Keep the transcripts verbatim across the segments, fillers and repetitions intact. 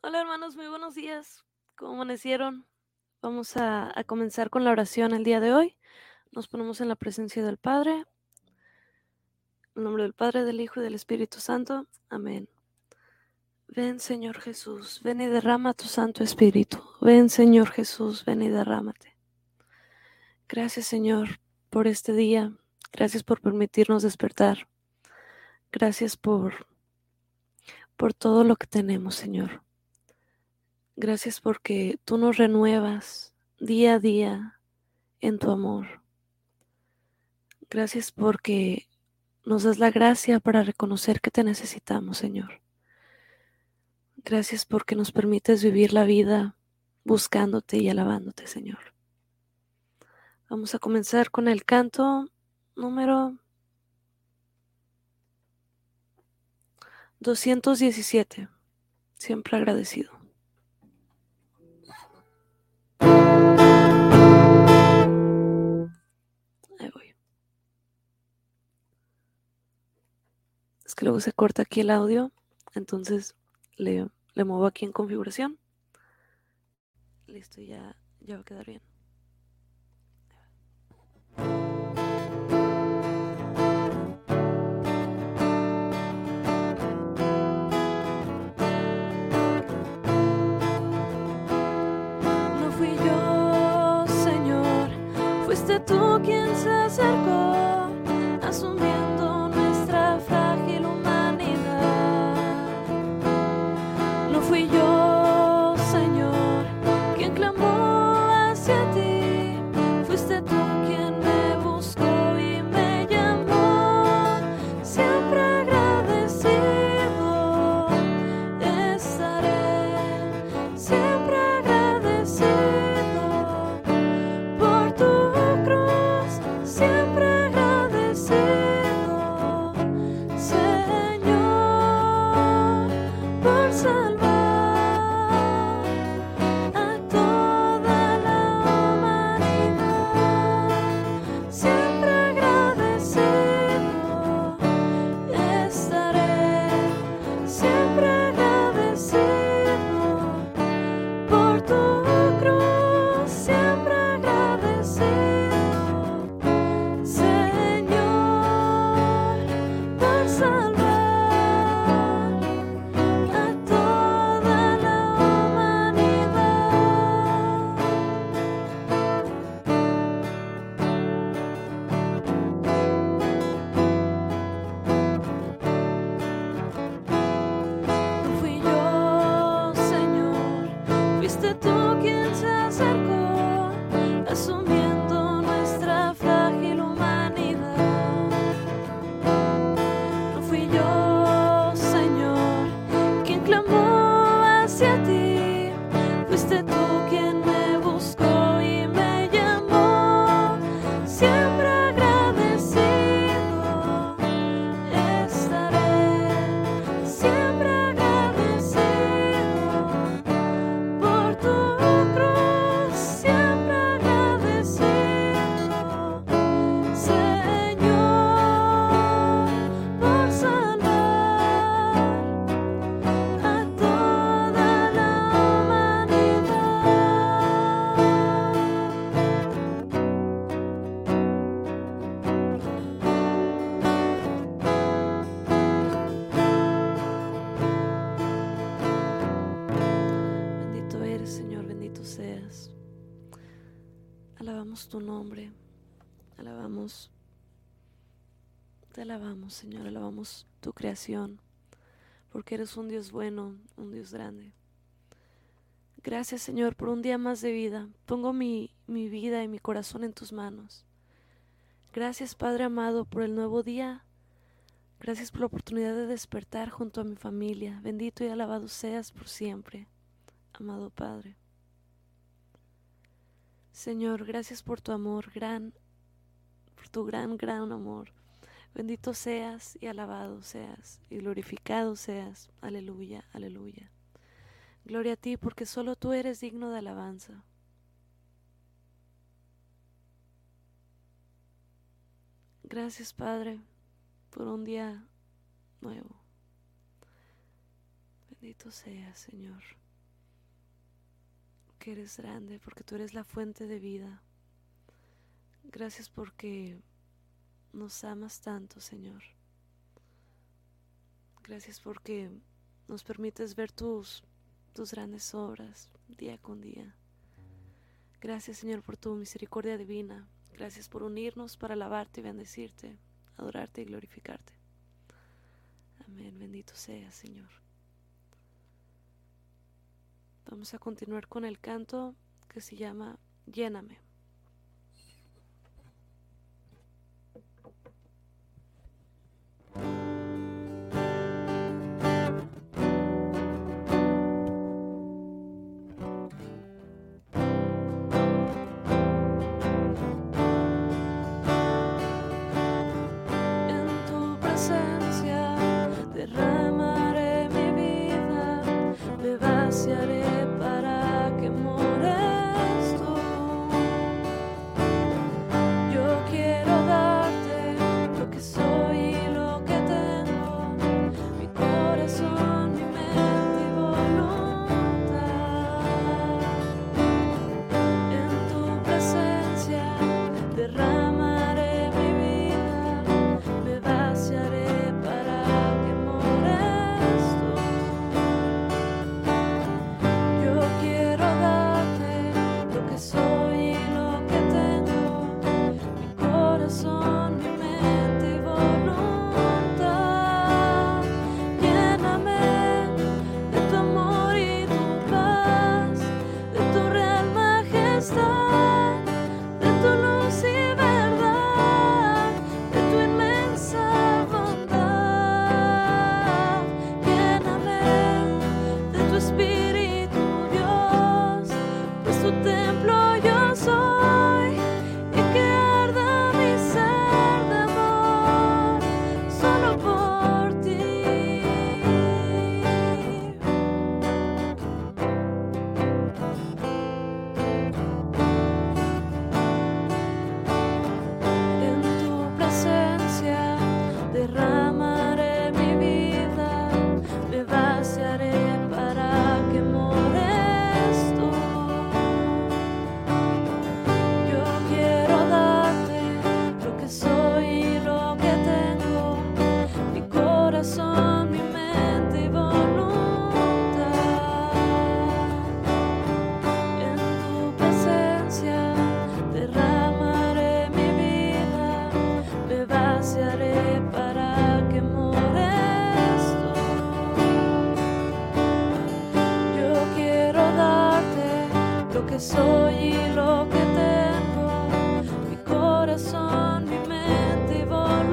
Hola hermanos, muy buenos días. ¿Cómo amanecieron? Vamos a, a comenzar con la oración el día de hoy. Nos ponemos en la presencia del Padre, en nombre del Padre, del Hijo y del Espíritu Santo. Amén. Ven Señor Jesús, ven y derrama tu Santo Espíritu. Ven Señor Jesús, ven y derrámate. Gracias Señor por este día. Gracias por permitirnos despertar. Gracias por, por todo lo que tenemos, Señor. Gracias porque tú nos renuevas día a día en tu amor. Gracias porque nos das la gracia para reconocer que te necesitamos, Señor. Gracias porque nos permites vivir la vida buscándote y alabándote, Señor. Vamos a comenzar con el canto número doscientos diecisiete. Siempre agradecido. Ahí voy. Es que luego se corta aquí el audio, entonces le, le muevo aquí en configuración. Listo, ya, ya va a quedar bien. No fui yo, Señor, fuiste tú quien se acercó, asumiendo nuestra frágil humanidad. No fui yo, Señor, quien clamó hacia ti, fuiste tú quien me buscó y me llamó. Siempre agradecido estaré, siempre agradecido por tu cruz, siempre agradecido, Señor, por salvar a toda la humanidad. Siempre agradecido estaré, siempre agradecido por tu cruz, siempre agradecido, Señor, por salvar a toda la humanidad. No fui yo, Señor, fuiste tú quien se acercó, asumiendo nuestra frágil humanidad. No fui yo, Señor, quien clamó hacia ti, fuiste tú quien me buscó y me llamó. Siempre agradecido estaré, siempre agradecido por tu cruz, siempre agradecido, Señor, por salvar a toda la humanidad. Bendito eres, Señor, bendito seas. Alabamos tu nombre, alabamos, te alabamos, Señor, alabamos tu creación, porque eres un Dios bueno, un Dios grande. Gracias, Señor, por un día más de vida. Pongo mi, mi vida y mi corazón en tus manos. Gracias, Padre amado, por el nuevo día. Gracias por la oportunidad de despertar junto a mi familia. Bendito y alabado seas por siempre, amado Padre. Señor, gracias por tu amor, gran, por tu gran, gran amor. Bendito seas y alabado seas y glorificado seas. Aleluya, aleluya. Gloria a ti, porque solo tú eres digno de alabanza. Gracias, Padre, por un día nuevo. Bendito seas, Señor. porque eres grande, porque tú eres la fuente de vida. Gracias porque nos amas tanto, Señor. Gracias porque nos permites ver tus, tus grandes obras día con día. Gracias, Señor, por tu misericordia divina. Gracias por unirnos para alabarte y bendecirte, adorarte y glorificarte. Amén. Bendito seas, Señor. Vamos a continuar con el canto que se llama Lléname. Derramaré mi vida, me vaciaré para que mores tú. Yo quiero darte lo que soy y lo que tengo, mi corazón, mi mente y voluntad. En tu presencia derramaré mi vida, me vaciaré para soy y lo que tengo, mi corazón, mi mente y voluntad. Lléname de tu amor y tu paz, de tu real majestad, de tu luz y verdad, de tu inmensa bondad. Lléname de tu espíritu, Dios, pues tu templo yo soy, y que arda mi ser de amor solo por ti. En tu presencia derramaré mi vida, me vaciaré para que mores tú. Soy lo que tengo, mi corazón, mi mente y voluntad. En tu presencia derramaré mi vida, me vaciaré para que mores tú. Yo quiero darte lo que soy y lo que tengo, mi corazón, mi mente y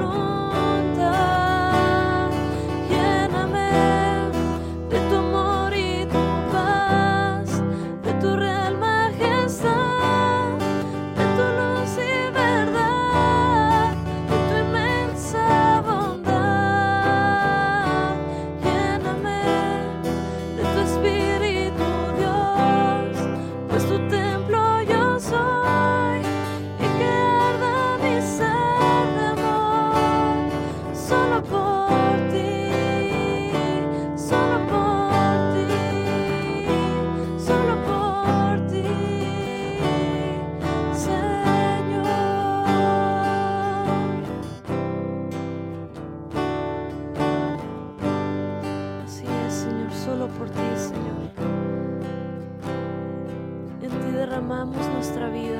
voluntad. Lléname de tu amor y tu paz, de tu real majestad, de tu luz y verdad, de tu inmensa bondad. Lléname de tu espíritu, Dios, pues tu templo yo soy, y que arda mi ser de amor solo por ti, solo por ti, solo por ti, Señor. Así es, Señor, solo por ti, Señor. En ti derramamos nuestra vida,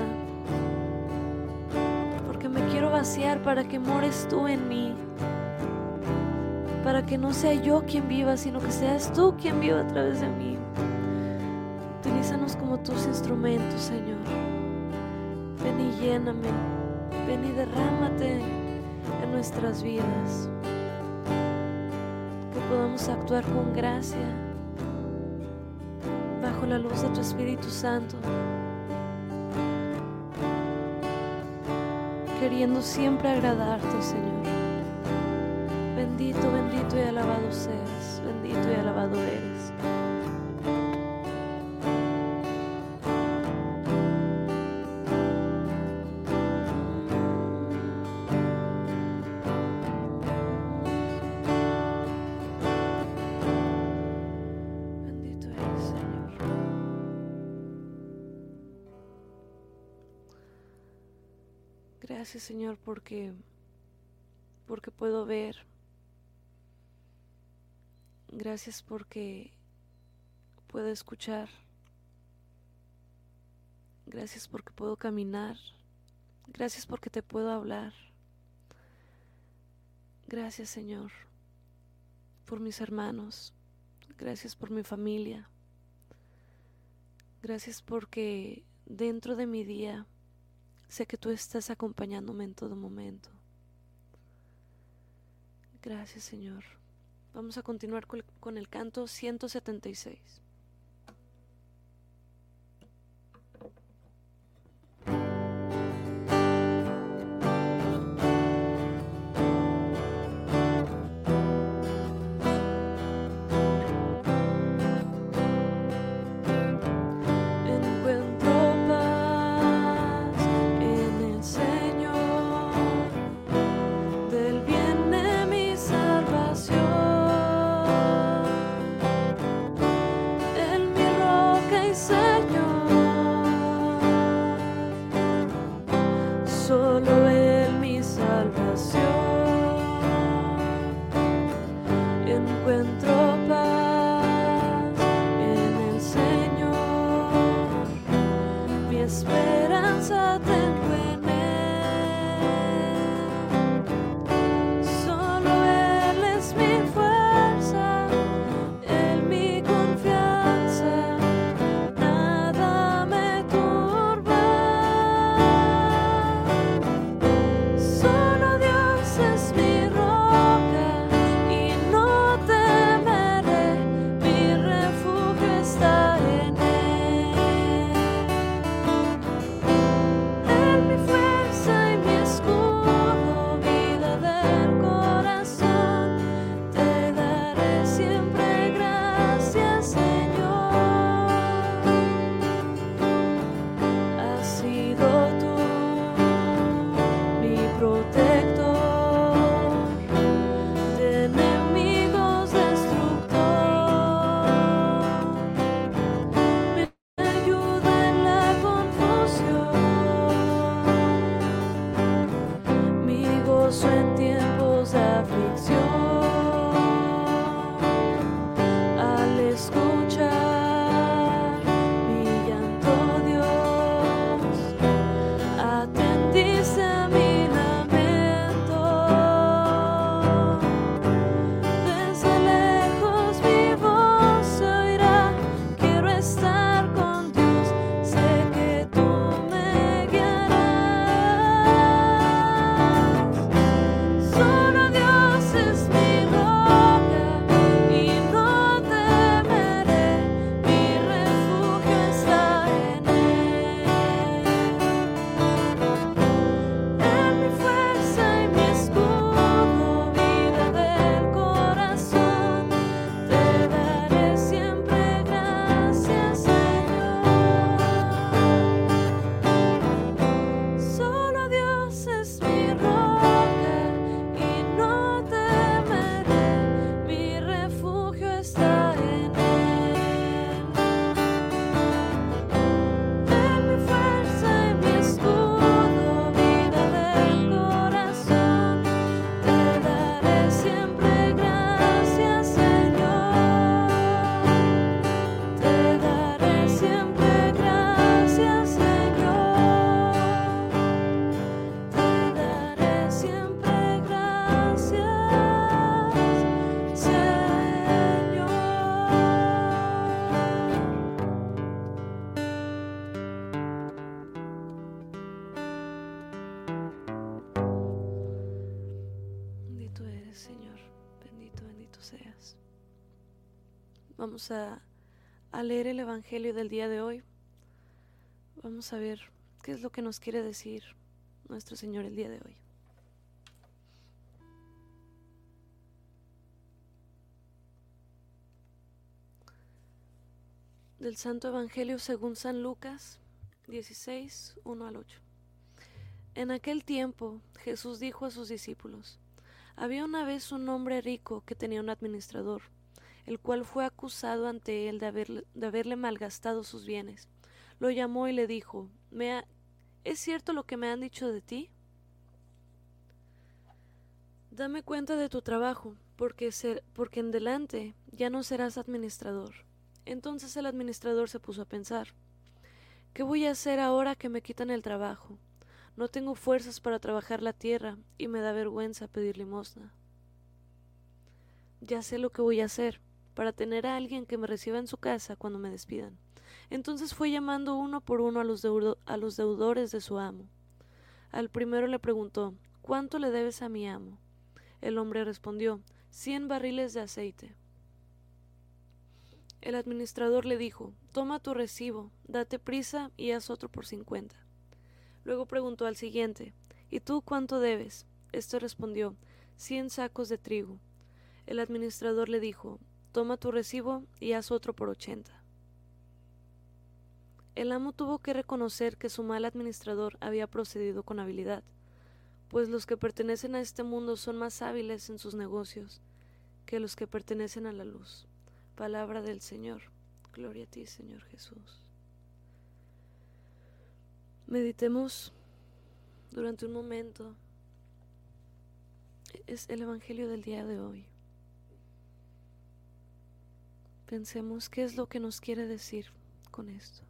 porque me quiero vaciar para que mores tú en mí, para que no sea yo quien viva, sino que seas tú quien viva a través de mí. Utilízanos como tus instrumentos, Señor. Ven y lléname, ven y derrámate en nuestras vidas, que podamos actuar con gracia bajo la luz de tu Espíritu Santo, queriendo siempre agradarte, Señor. Bendito, bendito y alabado seas, bendito y alabado eres. Bendito eres, Señor. Gracias, Señor, porque, porque puedo ver. Gracias porque puedo escuchar. Gracias porque puedo caminar. Gracias porque te puedo hablar. Gracias, Señor, por mis hermanos. Gracias por mi familia. Gracias porque dentro de mi día sé que tú estás acompañándome en todo momento. Gracias, Señor. Vamos a continuar con el, con el canto ciento setenta y seis. Solo Él mi salvación. Encuentro paz en el Señor. Mi esperanza tengo en Él. Solo Él es mi fuerza, Él mi confianza. Nada me turba. Solo Dios es mi roca y no temeré, mi refugio está en Él. Él mi fuerza y mi escudo, vida del corazón. Te daré siempre gracias, Señor. Has sido tú mi protector de enemigos destructor. Me ayuda en la confusión, mi gozo en tiempos de aflicción. Al escuchar mi llanto, Dios, atendiste a mi lamento. Desde lejos mi voz se oirá. Quiero estar con Dios, sé que tú me guiarás. Solo Dios es mi roca y no temeré, mi refugio está en Él. Él mi fuerza y mi escudo, vida del corazón. Te daré siempre gracias, Señor. Solo Dios es mi roca y no temeré, mi refugio está en Él. Él mi fuerza y mi escudo, vida del corazón. Te daré siempre gracias, Señor. Te daré siempre gracias, Señor. Te daré siempre gracias, Señor. Bendito eres, Señor. Bendito, bendito seas. Vamos a, a leer el Evangelio del día de hoy. Vamos a ver qué es lo que nos quiere decir nuestro Señor el día de hoy. Del Santo Evangelio según San Lucas dieciséis, uno al ocho. En aquel tiempo Jesús dijo a sus discípulos: había una vez un hombre rico que tenía un administrador, el cual fue acusado ante él de haberle, de haberle malgastado sus bienes. Lo llamó y le dijo: ¿Me ha- ¿Es cierto lo que me han dicho de ti? Dame cuenta de tu trabajo, porque, ser, porque en delante ya no serás administrador. Entonces el administrador se puso a pensar, ¿qué voy a hacer ahora que me quitan el trabajo? No tengo fuerzas para trabajar la tierra y me da vergüenza pedir limosna. Ya sé lo que voy a hacer para tener a alguien que me reciba en su casa cuando me despidan. Entonces fue llamando uno por uno a los, deudo, a los deudores de su amo. Al primero le preguntó, ¿cuánto le debes a mi amo? El hombre respondió, cien barriles de aceite. El administrador le dijo, toma tu recibo, date prisa y haz otro por cincuenta. Luego preguntó al siguiente, ¿y tú cuánto debes? Este respondió, cien sacos de trigo. El administrador le dijo, toma tu recibo y haz otro por ochenta. El amo tuvo que reconocer que su mal administrador había procedido con habilidad, pues los que pertenecen a este mundo son más hábiles en sus negocios que los que pertenecen a la luz. Palabra del Señor. Gloria a ti, Señor Jesús. Meditemos durante un momento. Es el Evangelio del día de hoy. Pensemos qué es lo que nos quiere decir con esto.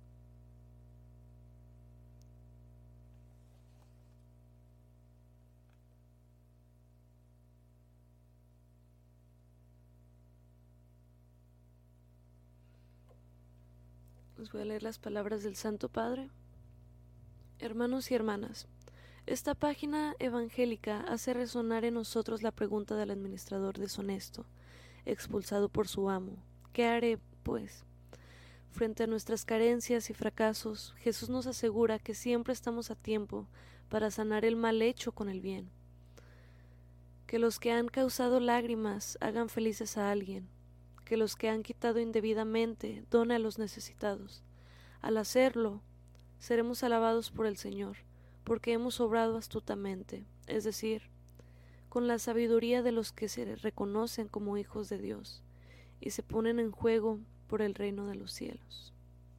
Les voy a leer las palabras del Santo Padre. Hermanos y hermanas, esta página evangélica hace resonar en nosotros la pregunta del administrador deshonesto, expulsado por su amo. ¿Qué haré, pues? Frente a nuestras carencias y fracasos, Jesús nos asegura que siempre estamos a tiempo para sanar el mal hecho con el bien. Que los que han causado lágrimas hagan felices a alguien, que los que han quitado indebidamente donen a los necesitados. Al hacerlo, seremos alabados por el Señor, porque hemos obrado astutamente, es decir, con la sabiduría de los que se reconocen como hijos de Dios y se ponen en juego por el reino de los cielos.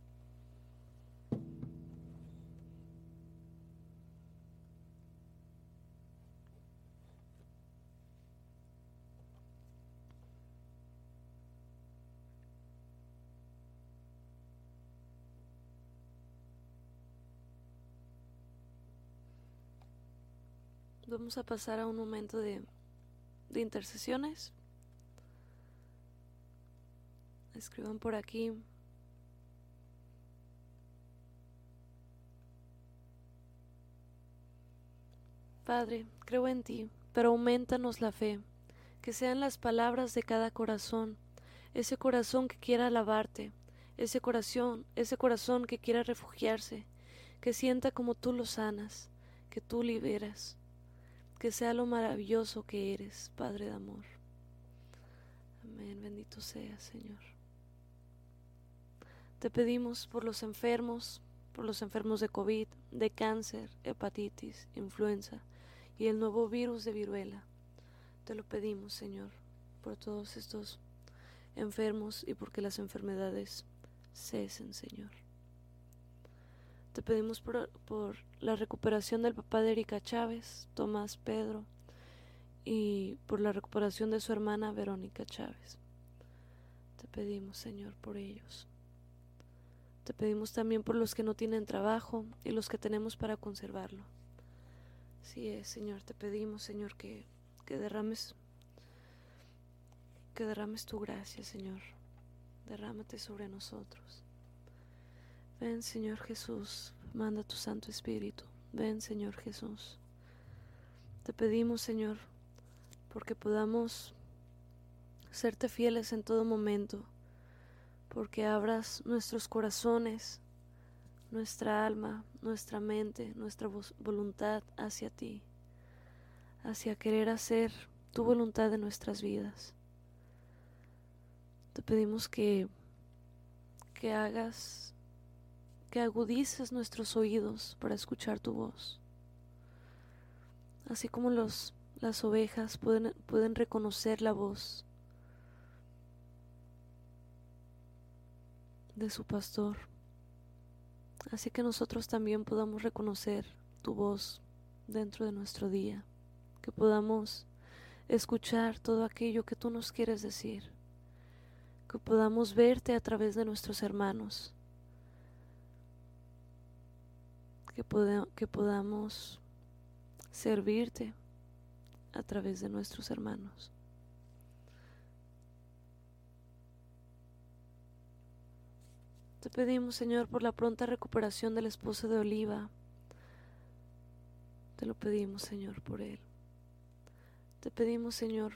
Vamos a pasar a un momento de, de intercesiones. Escriban por aquí. Padre, creo en ti, pero aumentanos la fe, que sean las palabras de cada corazón, ese corazón que quiera alabarte, ese corazón, ese corazón que quiera refugiarse, que sienta como tú lo sanas, que tú liberas, que sea lo maravilloso que eres, Padre de amor. Amén, bendito seas, Señor. Te pedimos por los enfermos, por los enfermos de COVID, de cáncer, hepatitis, influenza y el nuevo virus de viruela. Te lo pedimos, Señor, por todos estos enfermos y porque las enfermedades cesen, Señor. Te pedimos por, por la recuperación del papá de Erika Chávez, Tomás Pedro, y por la recuperación de su hermana Verónica Chávez. Te pedimos, Señor, por ellos. Te pedimos también por los que no tienen trabajo y los que tenemos para conservarlo. Así es, Señor, te pedimos, Señor, que, que derrames que derrames tu gracia, Señor. Derrámate sobre nosotros. Ven, Señor Jesús, manda tu Santo Espíritu. Ven, Señor Jesús. Te pedimos, Señor, porque podamos serte fieles en todo momento, porque abras nuestros corazones, nuestra alma, nuestra mente, nuestra voluntad hacia ti, hacia querer hacer tu voluntad en nuestras vidas. Te pedimos que, que hagas, que agudices nuestros oídos para escuchar tu voz. Así como los, las ovejas pueden, pueden reconocer la voz de su pastor, así que nosotros también podamos reconocer tu voz dentro de nuestro día, que podamos escuchar todo aquello que tú nos quieres decir, que podamos verte a través de nuestros hermanos, que, pod- que podamos servirte a través de nuestros hermanos. Te pedimos, Señor, por la pronta recuperación del esposo de Oliva. Te lo pedimos, Señor, por él. Te pedimos, Señor,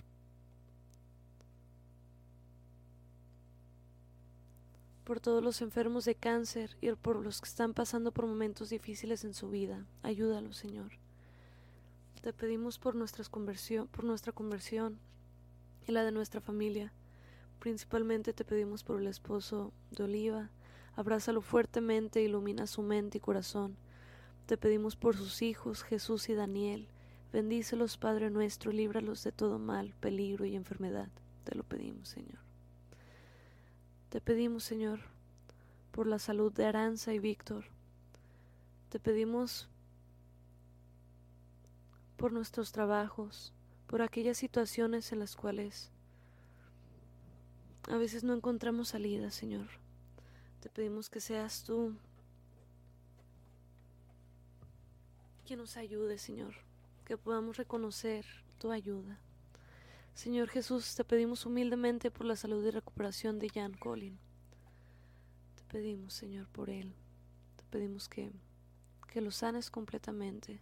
por todos los enfermos de cáncer y por los que están pasando por momentos difíciles en su vida. Ayúdalos, Señor. Te pedimos por nuestras conversión, por nuestra conversión y la de nuestra familia. Principalmente te pedimos por el esposo de Oliva. Abrázalo fuertemente, ilumina su mente y corazón. Te pedimos por sus hijos, Jesús y Daniel. Bendícelos, Padre nuestro, líbralos de todo mal, peligro y enfermedad. Te lo pedimos, Señor. Te pedimos, Señor, por la salud de Aranza y Víctor. Te pedimos por nuestros trabajos, por aquellas situaciones en las cuales a veces no encontramos salida, Señor. Te pedimos que seas tú quien nos ayude, Señor, que podamos reconocer tu ayuda. Señor Jesús, te pedimos humildemente por la salud y recuperación de Jan Colin. Te pedimos, Señor, por él. Te pedimos que, que lo sanes completamente.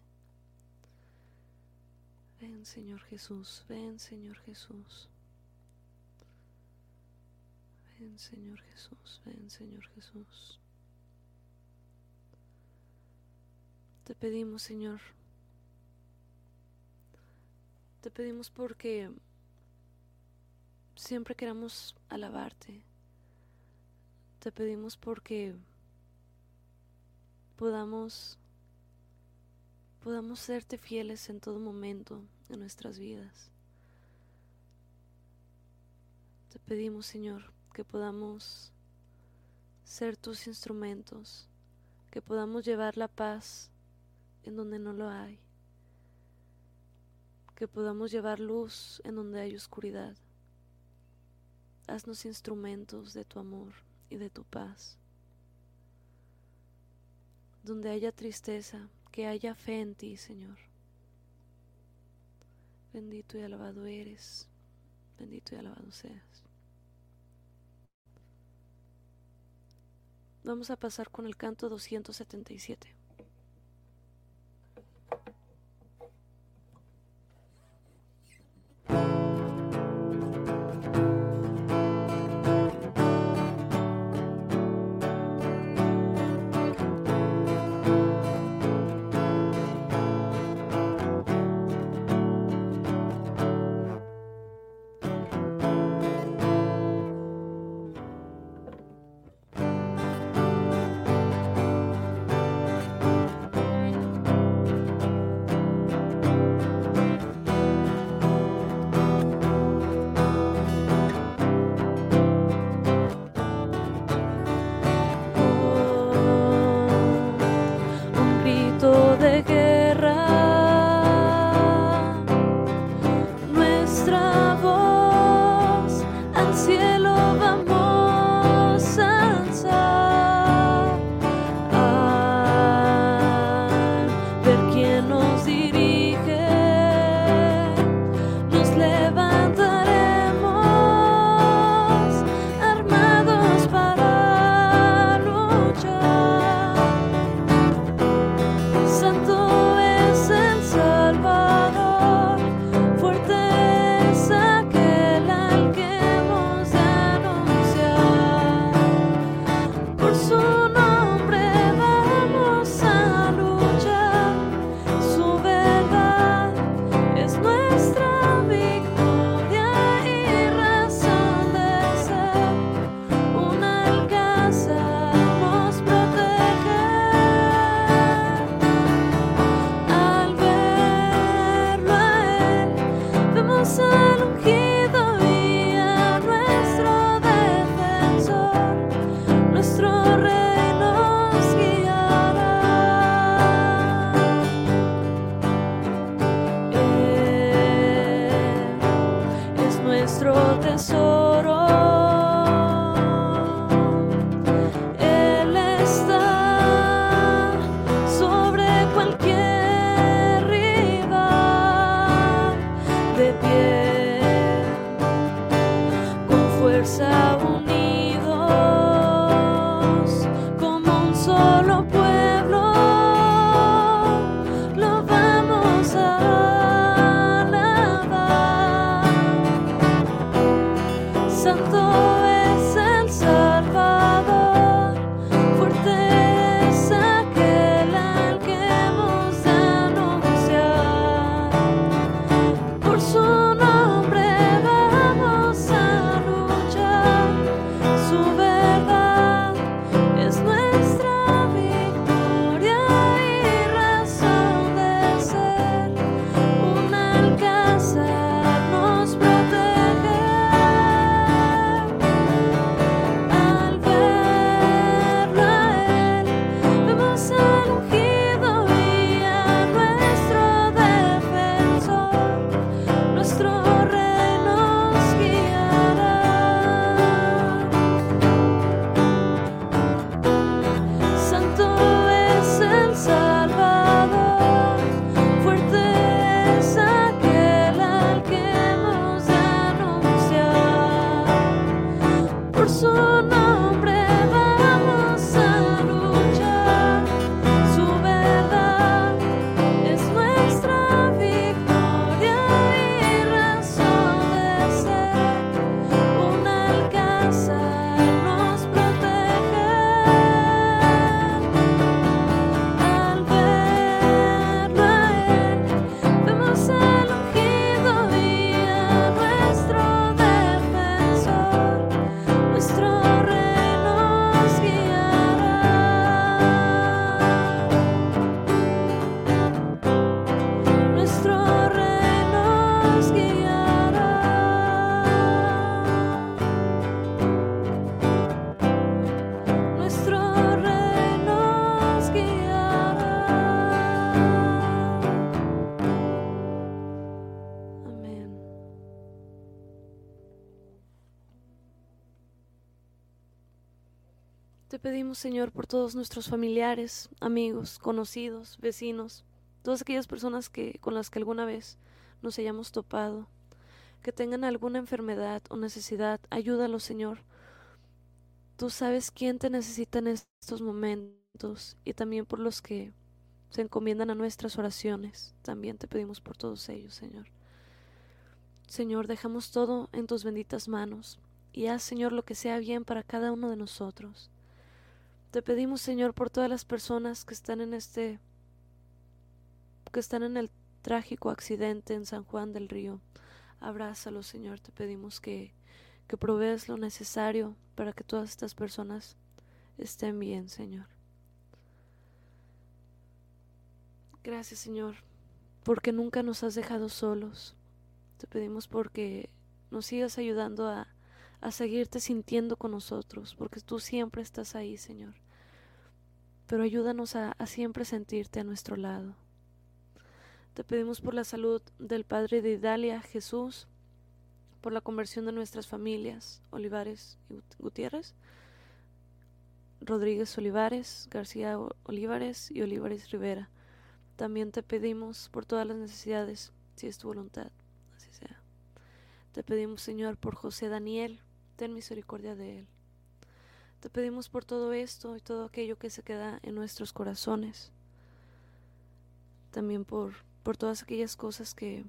Ven, Señor Jesús, ven, Señor Jesús. Ven, Señor Jesús, ven, Señor Jesús. Te pedimos, Señor, te pedimos porque siempre queramos alabarte. Te pedimos porque podamos, podamos serte fieles en todo momento en nuestras vidas. Te pedimos, Señor, que podamos ser tus instrumentos, que podamos llevar la paz en donde no lo hay, que podamos llevar luz en donde hay oscuridad. Haznos instrumentos de tu amor y de tu paz. Donde haya tristeza, que haya fe en ti, Señor. Bendito y alabado eres, bendito y alabado seas. Vamos a pasar con el canto doscientos setenta y siete. su nombre vamos a luchar. Su verdad es nuestra victoria y razón de ser. Un alcázar nos protege. Al verlo a él, vemos al ungido y a nuestro defensor. Nuestro rey nos guiará. Nuestro rey nos guiará. Nuestro rey nos guiará. Amén. Te pedimos, Señor, por todos nuestros familiares, amigos, conocidos, vecinos, todas aquellas personas que, con las que alguna vez nos hayamos topado, que tengan alguna enfermedad o necesidad. Ayúdalos, Señor. Tú sabes quién te necesita en estos momentos, y también por los que se encomiendan a nuestras oraciones. También te pedimos por todos ellos, Señor. Señor, dejamos todo en tus benditas manos, y haz, Señor, lo que sea bien para cada uno de nosotros. Te pedimos, Señor, por todas las personas que están en este, que están en el trágico accidente en San Juan del Río. Abrázalos, Señor. Te pedimos que, que proveas lo necesario para que todas estas personas estén bien, Señor. Gracias, Señor, porque nunca nos has dejado solos. Te pedimos porque nos sigas ayudando a, a seguirte sintiendo con nosotros, porque tú siempre estás ahí, Señor. Pero ayúdanos a, a siempre sentirte a nuestro lado. Te pedimos por la salud del padre de Idalia, Jesús, por la conversión de nuestras familias, Olivares y Gutiérrez, Rodríguez Olivares, García Olivares y Olivares Rivera. También te pedimos por todas las necesidades, si es tu voluntad, así sea. Te pedimos, Señor, por José Daniel, ten misericordia de él. Te pedimos por todo esto y todo aquello que se queda en nuestros corazones. También por, por todas aquellas cosas que,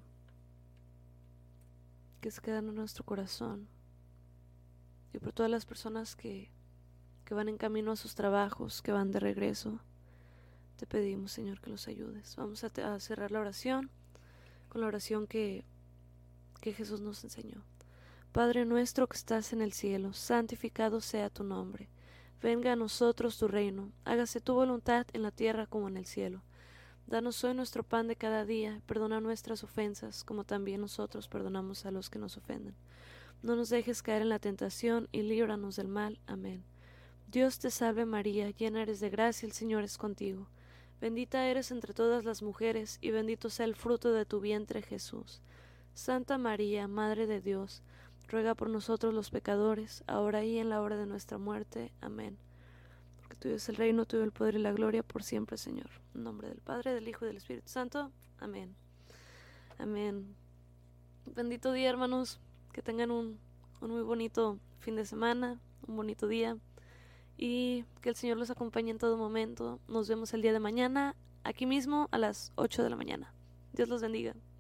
que se quedan en nuestro corazón. Y por todas las personas que, que van en camino a sus trabajos, que van de regreso. Te pedimos, Señor, que los ayudes. Vamos a, te, a cerrar la oración con la oración que, que Jesús nos enseñó. Padre nuestro que estás en el cielo, santificado sea tu nombre. Venga a nosotros tu reino. Hágase tu voluntad en la tierra como en el cielo. Danos hoy nuestro pan de cada día. Perdona nuestras ofensas, como también nosotros perdonamos a los que nos ofenden. No nos dejes caer en la tentación y líbranos del mal. Amén. Dios te salve María, llena eres de gracia, el Señor es contigo. Bendita eres entre todas las mujeres, y bendito sea el fruto de tu vientre, Jesús. Santa María, Madre de Dios, ruega por nosotros los pecadores, ahora y en la hora de nuestra muerte. Amén. Porque tuyo es el reino, tuyo el poder y la gloria por siempre, Señor. En nombre del Padre, del Hijo y del Espíritu Santo. Amén. Amén. Bendito día, hermanos. Que tengan un, un muy bonito fin de semana, un bonito día. Y que el Señor los acompañe en todo momento. Nos vemos el día de mañana, aquí mismo a las ocho de la mañana. Dios los bendiga.